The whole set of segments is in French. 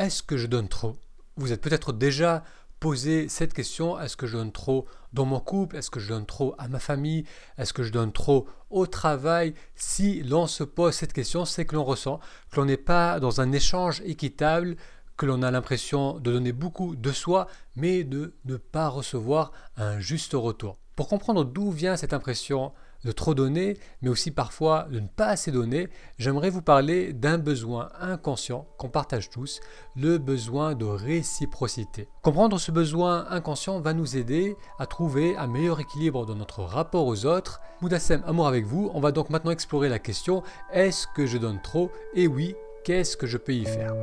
est-ce que je donne trop? Vous êtes peut-être déjà posé cette question, est-ce que je donne trop dans mon couple? Est-ce que je donne trop à ma famille? Est-ce que je donne trop au travail? Si l'on se pose cette question, c'est que l'on ressent que l'on n'est pas dans un échange équitable, que l'on a l'impression de donner beaucoup de soi, mais de ne pas recevoir un juste retour. Pour comprendre d'où vient cette impression de trop donner, mais aussi parfois de ne pas assez donner, j'aimerais vous parler d'un besoin inconscient qu'on partage tous, le besoin de réciprocité. Comprendre ce besoin inconscient va nous aider à trouver un meilleur équilibre dans notre rapport aux autres. Moudassem, amour avec vous, on va donc maintenant explorer la question, est-ce que je donne trop? Et oui, qu'est-ce que je peux y faire?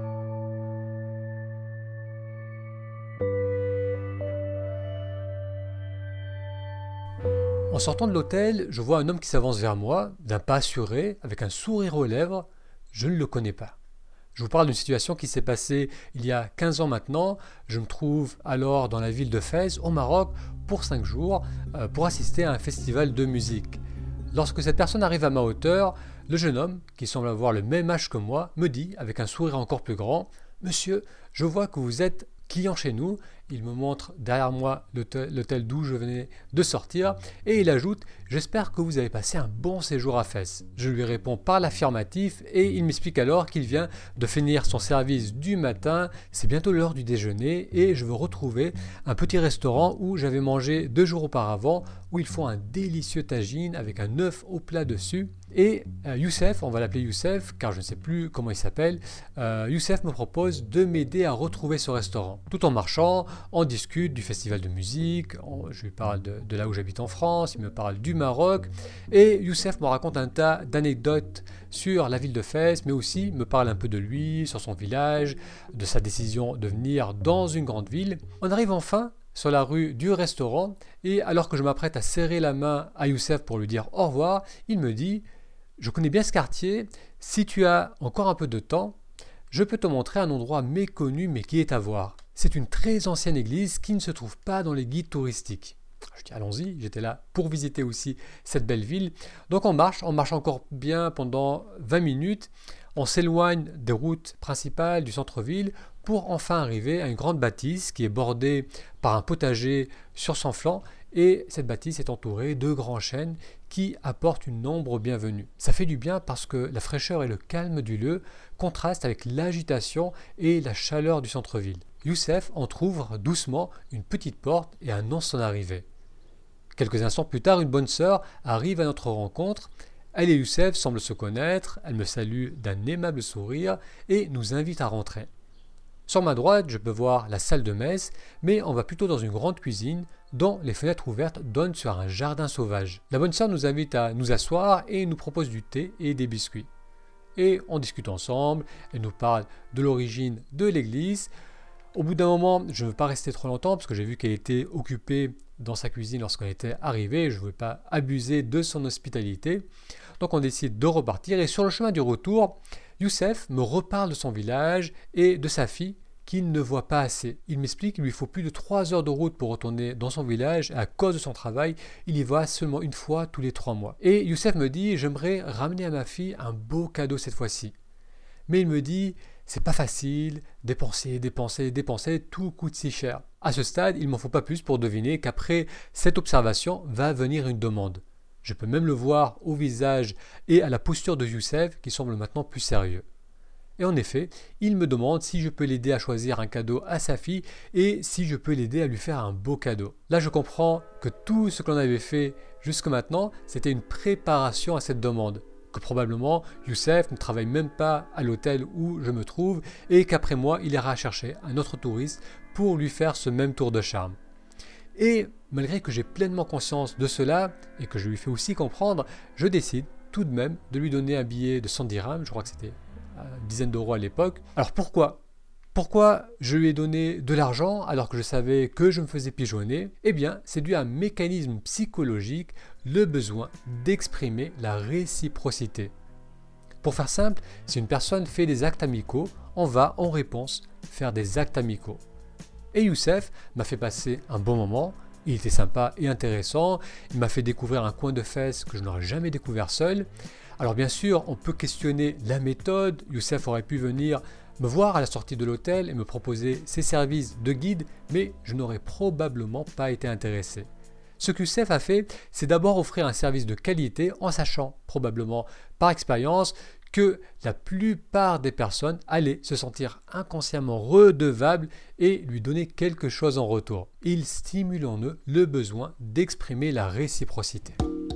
En sortant de l'hôtel, je vois un homme qui s'avance vers moi, d'un pas assuré, avec un sourire aux lèvres. Je ne le connais pas. Je vous parle d'une situation qui s'est passée il y a 15 ans maintenant. Je me trouve alors dans la ville de Fès, au Maroc, pour 5 jours, pour assister à un festival de musique. Lorsque cette personne arrive à ma hauteur, le jeune homme, qui semble avoir le même âge que moi, me dit, avec un sourire encore plus grand, « Monsieur, je vois que vous êtes client chez nous ». Il me montre derrière moi l'hôtel d'où je venais de sortir et il ajoute « J'espère que vous avez passé un bon séjour à Fès ». Je lui réponds par l'affirmatif et il m'explique alors qu'il vient de finir son service du matin, c'est bientôt l'heure du déjeuner et je veux retrouver un petit restaurant où j'avais mangé 2 jours auparavant où ils font un délicieux tagine avec un œuf au plat dessus. Et Youssef, on va l'appeler Youssef car je ne sais plus comment il s'appelle, Youssef me propose de m'aider à retrouver ce restaurant. Tout en marchant, on discute du festival de musique, je lui parle de là où j'habite en France, il me parle du Maroc, et Youssef me raconte un tas d'anecdotes sur la ville de Fès, mais aussi me parle un peu de lui, sur son village, de sa décision de venir dans une grande ville. On arrive enfin sur la rue du restaurant, et alors que je m'apprête à serrer la main à Youssef pour lui dire au revoir, il me dit « Je connais bien ce quartier, si tu as encore un peu de temps, je peux te montrer un endroit méconnu mais qui est à voir. C'est une très ancienne église qui ne se trouve pas dans les guides touristiques. » Je dis allons-y, j'étais là pour visiter aussi cette belle ville. Donc on marche encore bien pendant 20 minutes. On s'éloigne des routes principales du centre-ville pour enfin arriver à une grande bâtisse qui est bordée par un potager sur son flanc et cette bâtisse est entourée de grands chênes qui apportent une ombre bienvenue. Ça fait du bien parce que la fraîcheur et le calme du lieu contrastent avec l'agitation et la chaleur du centre-ville. Youssef entrouvre doucement une petite porte et annonce son arrivée. Quelques instants plus tard, une bonne sœur arrive à notre rencontre. Elle et Youssef semblent se connaître, elle me salue d'un aimable sourire et nous invite à rentrer. Sur ma droite, je peux voir la salle de messe, mais on va plutôt dans une grande cuisine dont les fenêtres ouvertes donnent sur un jardin sauvage. La bonne sœur nous invite à nous asseoir et nous propose du thé et des biscuits. Et on discute ensemble, elle nous parle de l'origine de l'église. Au bout d'un moment, je ne veux pas rester trop longtemps parce que j'ai vu qu'elle était occupée dans sa cuisine lorsqu'on était arrivé. Je ne veux pas abuser de son hospitalité. Donc on décide de repartir et sur le chemin du retour, Youssef me reparle de son village et de sa fille qu'il ne voit pas assez. Il m'explique qu'il lui faut plus de 3 heures de route pour retourner dans son village et à cause de son travail, il y va seulement une fois tous les 3 mois. Et Youssef me dit, j'aimerais ramener à ma fille un beau cadeau cette fois-ci. Mais il me dit, c'est pas facile, dépenser, tout coûte si cher. À ce stade, il m'en faut pas plus pour deviner qu'après cette observation va venir une demande. Je peux même le voir au visage et à la posture de Youssef qui semble maintenant plus sérieux. Et en effet, il me demande si je peux l'aider à choisir un cadeau à sa fille et si je peux l'aider à lui faire un beau cadeau. Là, je comprends que tout ce que l'on avait fait jusque maintenant, c'était une préparation à cette demande. Que probablement Youssef ne travaille même pas à l'hôtel où je me trouve et qu'après moi, il ira chercher un autre touriste pour lui faire ce même tour de charme. Et malgré que j'ai pleinement conscience de cela et que je lui fais aussi comprendre, je décide tout de même de lui donner un billet de 100 dirhams, je crois que c'était une dizaine d'euros à l'époque. Alors pourquoi je lui ai donné de l'argent alors que je savais que je me faisais pigeonner? Eh bien, c'est dû à un mécanisme psychologique, le besoin d'exprimer la réciprocité. Pour faire simple, si une personne fait des actes amicaux, on va en réponse faire des actes amicaux. Et Youssef m'a fait passer un bon moment, il était sympa et intéressant, il m'a fait découvrir un coin de Fès que je n'aurais jamais découvert seul. Alors bien sûr, on peut questionner la méthode, Youssef aurait pu venir me voir à la sortie de l'hôtel et me proposer ses services de guide, mais je n'aurais probablement pas été intéressé. Ce que Youssef a fait, c'est d'abord offrir un service de qualité en sachant, probablement par expérience, que la plupart des personnes allaient se sentir inconsciemment redevables et lui donner quelque chose en retour. Il stimule en eux le besoin d'exprimer la réciprocité.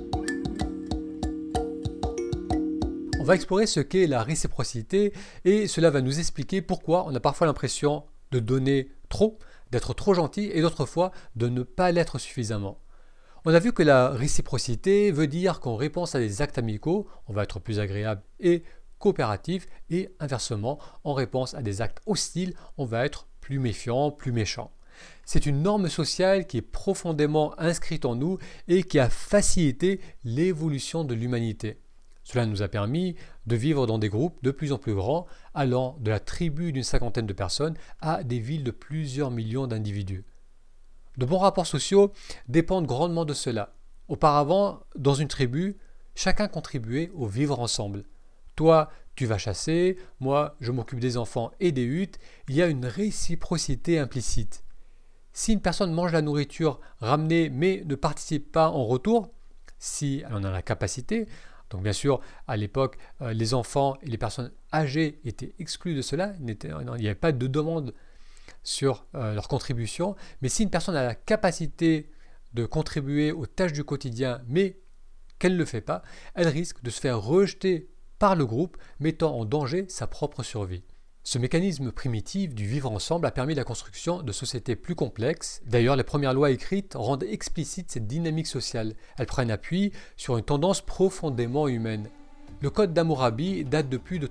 On va explorer ce qu'est la réciprocité et cela va nous expliquer pourquoi on a parfois l'impression de donner trop, d'être trop gentil et d'autres fois de ne pas l'être suffisamment. On a vu que la réciprocité veut dire qu'en réponse à des actes amicaux, on va être plus agréable et coopératif et inversement, en réponse à des actes hostiles, on va être plus méfiant, plus méchant. C'est une norme sociale qui est profondément inscrite en nous et qui a facilité l'évolution de l'humanité. Cela nous a permis de vivre dans des groupes de plus en plus grands, allant de la tribu d'une cinquantaine de personnes à des villes de plusieurs millions d'individus. De bons rapports sociaux dépendent grandement de cela. Auparavant, dans une tribu, chacun contribuait au vivre ensemble. Toi, tu vas chasser, moi, je m'occupe des enfants et des huttes. Il y a une réciprocité implicite. Si une personne mange la nourriture ramenée mais ne participe pas en retour, si elle en a la capacité, donc bien sûr, à l'époque, les enfants et les personnes âgées étaient exclus de cela, il n'y avait pas de demande sur leur contribution, mais si une personne a la capacité de contribuer aux tâches du quotidien, mais qu'elle ne le fait pas, elle risque de se faire rejeter par le groupe, mettant en danger sa propre survie. Ce mécanisme primitif du vivre ensemble a permis la construction de sociétés plus complexes. D'ailleurs, les premières lois écrites rendent explicite cette dynamique sociale. Elles prennent appui sur une tendance profondément humaine. Le Code d'Hammurabi date de plus de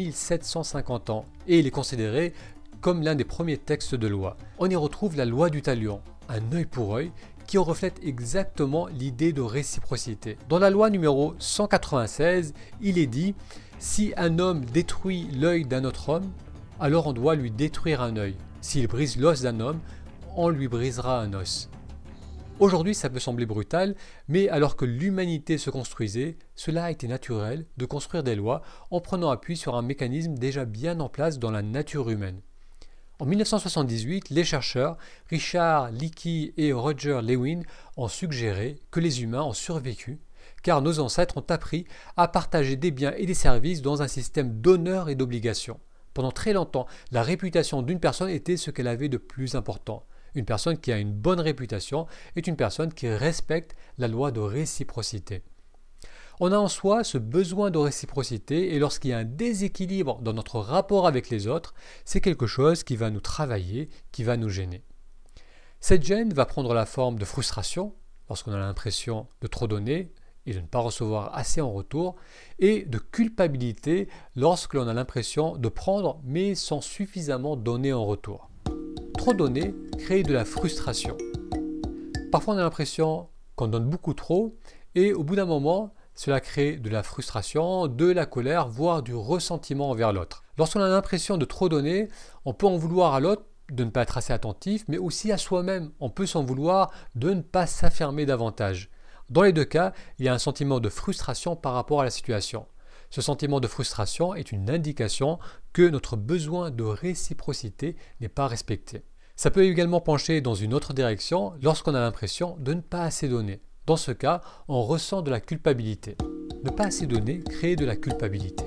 3750 ans et il est considéré comme l'un des premiers textes de loi. On y retrouve la loi du talion, un œil pour œil, qui reflète exactement l'idée de réciprocité. Dans la loi numéro 196, il est dit « Si un homme détruit l'œil d'un autre homme, alors on doit lui détruire un œil. S'il brise l'os d'un homme, on lui brisera un os. » Aujourd'hui, ça peut sembler brutal, mais alors que l'humanité se construisait, cela a été naturel de construire des lois en prenant appui sur un mécanisme déjà bien en place dans la nature humaine. En 1978, les chercheurs Richard Leakey et Roger Lewin ont suggéré que les humains ont survécu car nos ancêtres ont appris à partager des biens et des services dans un système d'honneur et d'obligation. Pendant très longtemps, la réputation d'une personne était ce qu'elle avait de plus important. Une personne qui a une bonne réputation est une personne qui respecte la loi de réciprocité. On a en soi ce besoin de réciprocité et lorsqu'il y a un déséquilibre dans notre rapport avec les autres, c'est quelque chose qui va nous travailler, qui va nous gêner. Cette gêne va prendre la forme de frustration, lorsqu'on a l'impression de trop donner et de ne pas recevoir assez en retour, et de culpabilité lorsque l'on a l'impression de prendre mais sans suffisamment donner en retour. Trop donner crée de la frustration. Parfois on a l'impression qu'on donne beaucoup trop et au bout d'un moment, cela crée de la frustration, de la colère, voire du ressentiment envers l'autre. Lorsqu'on a l'impression de trop donner, on peut en vouloir à l'autre de ne pas être assez attentif, mais aussi à soi-même. On peut s'en vouloir de ne pas s'affirmer davantage. Dans les deux cas, il y a un sentiment de frustration par rapport à la situation. Ce sentiment de frustration est une indication que notre besoin de réciprocité n'est pas respecté. Ça peut également pencher dans une autre direction lorsqu'on a l'impression de ne pas assez donner. Dans ce cas, on ressent de la culpabilité. Ne pas assez donner crée de la culpabilité.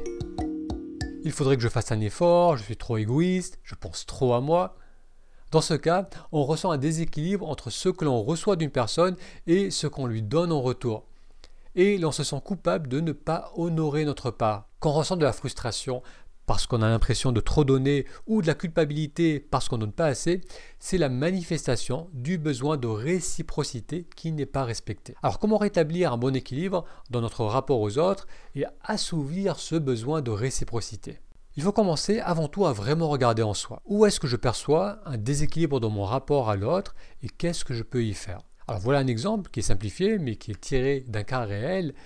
Il faudrait que je fasse un effort, je suis trop égoïste, je pense trop à moi. Dans ce cas, on ressent un déséquilibre entre ce que l'on reçoit d'une personne et ce qu'on lui donne en retour. Et l'on se sent coupable de ne pas honorer notre part. Quand on ressent de la frustration parce qu'on a l'impression de trop donner ou de la culpabilité parce qu'on ne donne pas assez, c'est la manifestation du besoin de réciprocité qui n'est pas respecté. Alors comment rétablir un bon équilibre dans notre rapport aux autres et assouvir ce besoin de réciprocité ? Il faut commencer avant tout à vraiment regarder en soi. Où est-ce que je perçois un déséquilibre dans mon rapport à l'autre et qu'est-ce que je peux y faire ? Alors voilà un exemple qui est simplifié mais qui est tiré d'un cas réel.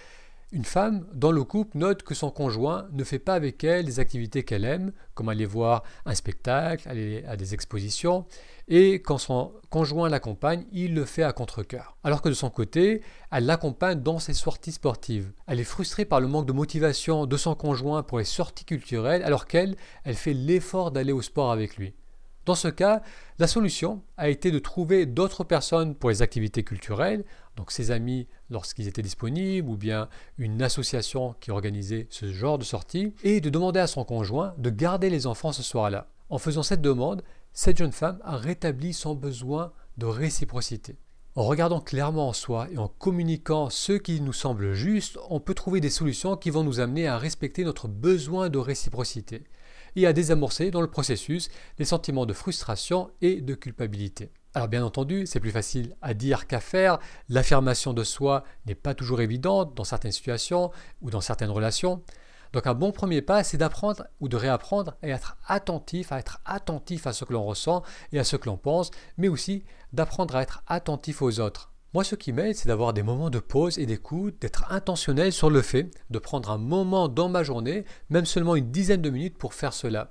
Une femme dans le couple note que son conjoint ne fait pas avec elle les activités qu'elle aime, comme aller voir un spectacle, aller à des expositions, et quand son conjoint l'accompagne, il le fait à contre-cœur. Alors que de son côté, elle l'accompagne dans ses sorties sportives. Elle est frustrée par le manque de motivation de son conjoint pour les sorties culturelles, alors qu'elle fait l'effort d'aller au sport avec lui. Dans ce cas, la solution a été de trouver d'autres personnes pour les activités culturelles, donc ses amis lorsqu'ils étaient disponibles, ou bien une association qui organisait ce genre de sortie, et de demander à son conjoint de garder les enfants ce soir-là. En faisant cette demande, cette jeune femme a rétabli son besoin de réciprocité. En regardant clairement en soi et en communiquant ce qui nous semble juste, on peut trouver des solutions qui vont nous amener à respecter notre besoin de réciprocité et à désamorcer dans le processus les sentiments de frustration et de culpabilité. Alors bien entendu, c'est plus facile à dire qu'à faire, l'affirmation de soi n'est pas toujours évidente dans certaines situations ou dans certaines relations. Donc un bon premier pas, c'est d'apprendre ou de réapprendre à être attentif à ce que l'on ressent et à ce que l'on pense, mais aussi d'apprendre à être attentif aux autres. Moi, ce qui m'aide, c'est d'avoir des moments de pause et d'écoute, d'être intentionnel sur le fait de prendre un moment dans ma journée, même seulement une dizaine de minutes pour faire cela.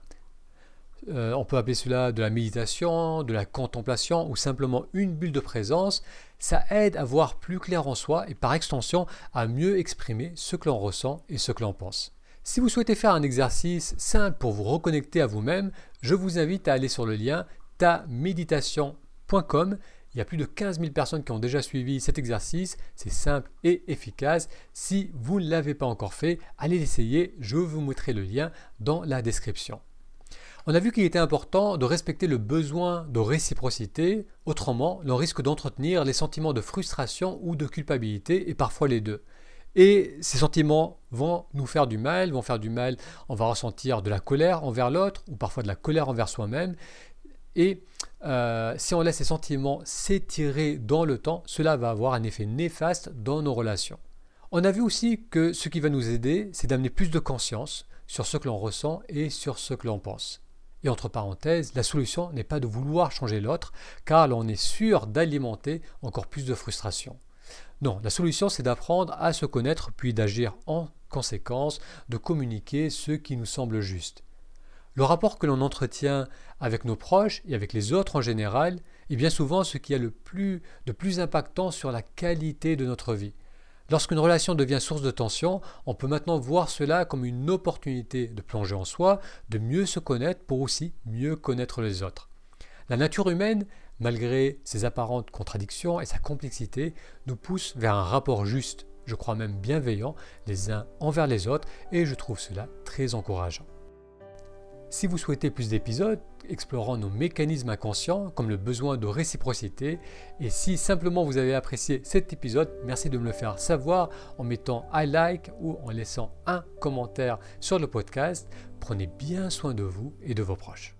On peut appeler cela de la méditation, de la contemplation ou simplement une bulle de présence. Ça aide à voir plus clair en soi et par extension à mieux exprimer ce que l'on ressent et ce que l'on pense. Si vous souhaitez faire un exercice simple pour vous reconnecter à vous-même, je vous invite à aller sur le lien taméditation.com. Il y a plus de 15 000 personnes qui ont déjà suivi cet exercice. C'est simple et efficace. Si vous ne l'avez pas encore fait, allez l'essayer. Je vous mettrai le lien dans la description. On a vu qu'il était important de respecter le besoin de réciprocité. Autrement, l'on risque d'entretenir les sentiments de frustration ou de culpabilité et parfois les deux. Et ces sentiments vont nous faire du mal, on va ressentir de la colère envers l'autre ou parfois de la colère envers soi-même. Et si on laisse ces sentiments s'étirer dans le temps, cela va avoir un effet néfaste dans nos relations. On a vu aussi que ce qui va nous aider, c'est d'amener plus de conscience sur ce que l'on ressent et sur ce que l'on pense. Et entre parenthèses, la solution n'est pas de vouloir changer l'autre, car l'on est sûr d'alimenter encore plus de frustration. Non, la solution c'est d'apprendre à se connaître puis d'agir en conséquence, de communiquer ce qui nous semble juste. Le rapport que l'on entretient avec nos proches et avec les autres en général est bien souvent ce qui a de plus impactant sur la qualité de notre vie. Lorsqu'une relation devient source de tension, on peut maintenant voir cela comme une opportunité de plonger en soi, de mieux se connaître pour aussi mieux connaître les autres. La nature humaine, malgré ses apparentes contradictions et sa complexité, nous pousse vers un rapport juste, je crois même bienveillant, les uns envers les autres, et je trouve cela très encourageant. Si vous souhaitez plus d'épisodes explorant nos mécanismes inconscients, comme le besoin de réciprocité, et si simplement vous avez apprécié cet épisode, merci de me le faire savoir en mettant un like ou en laissant un commentaire sur le podcast. Prenez bien soin de vous et de vos proches.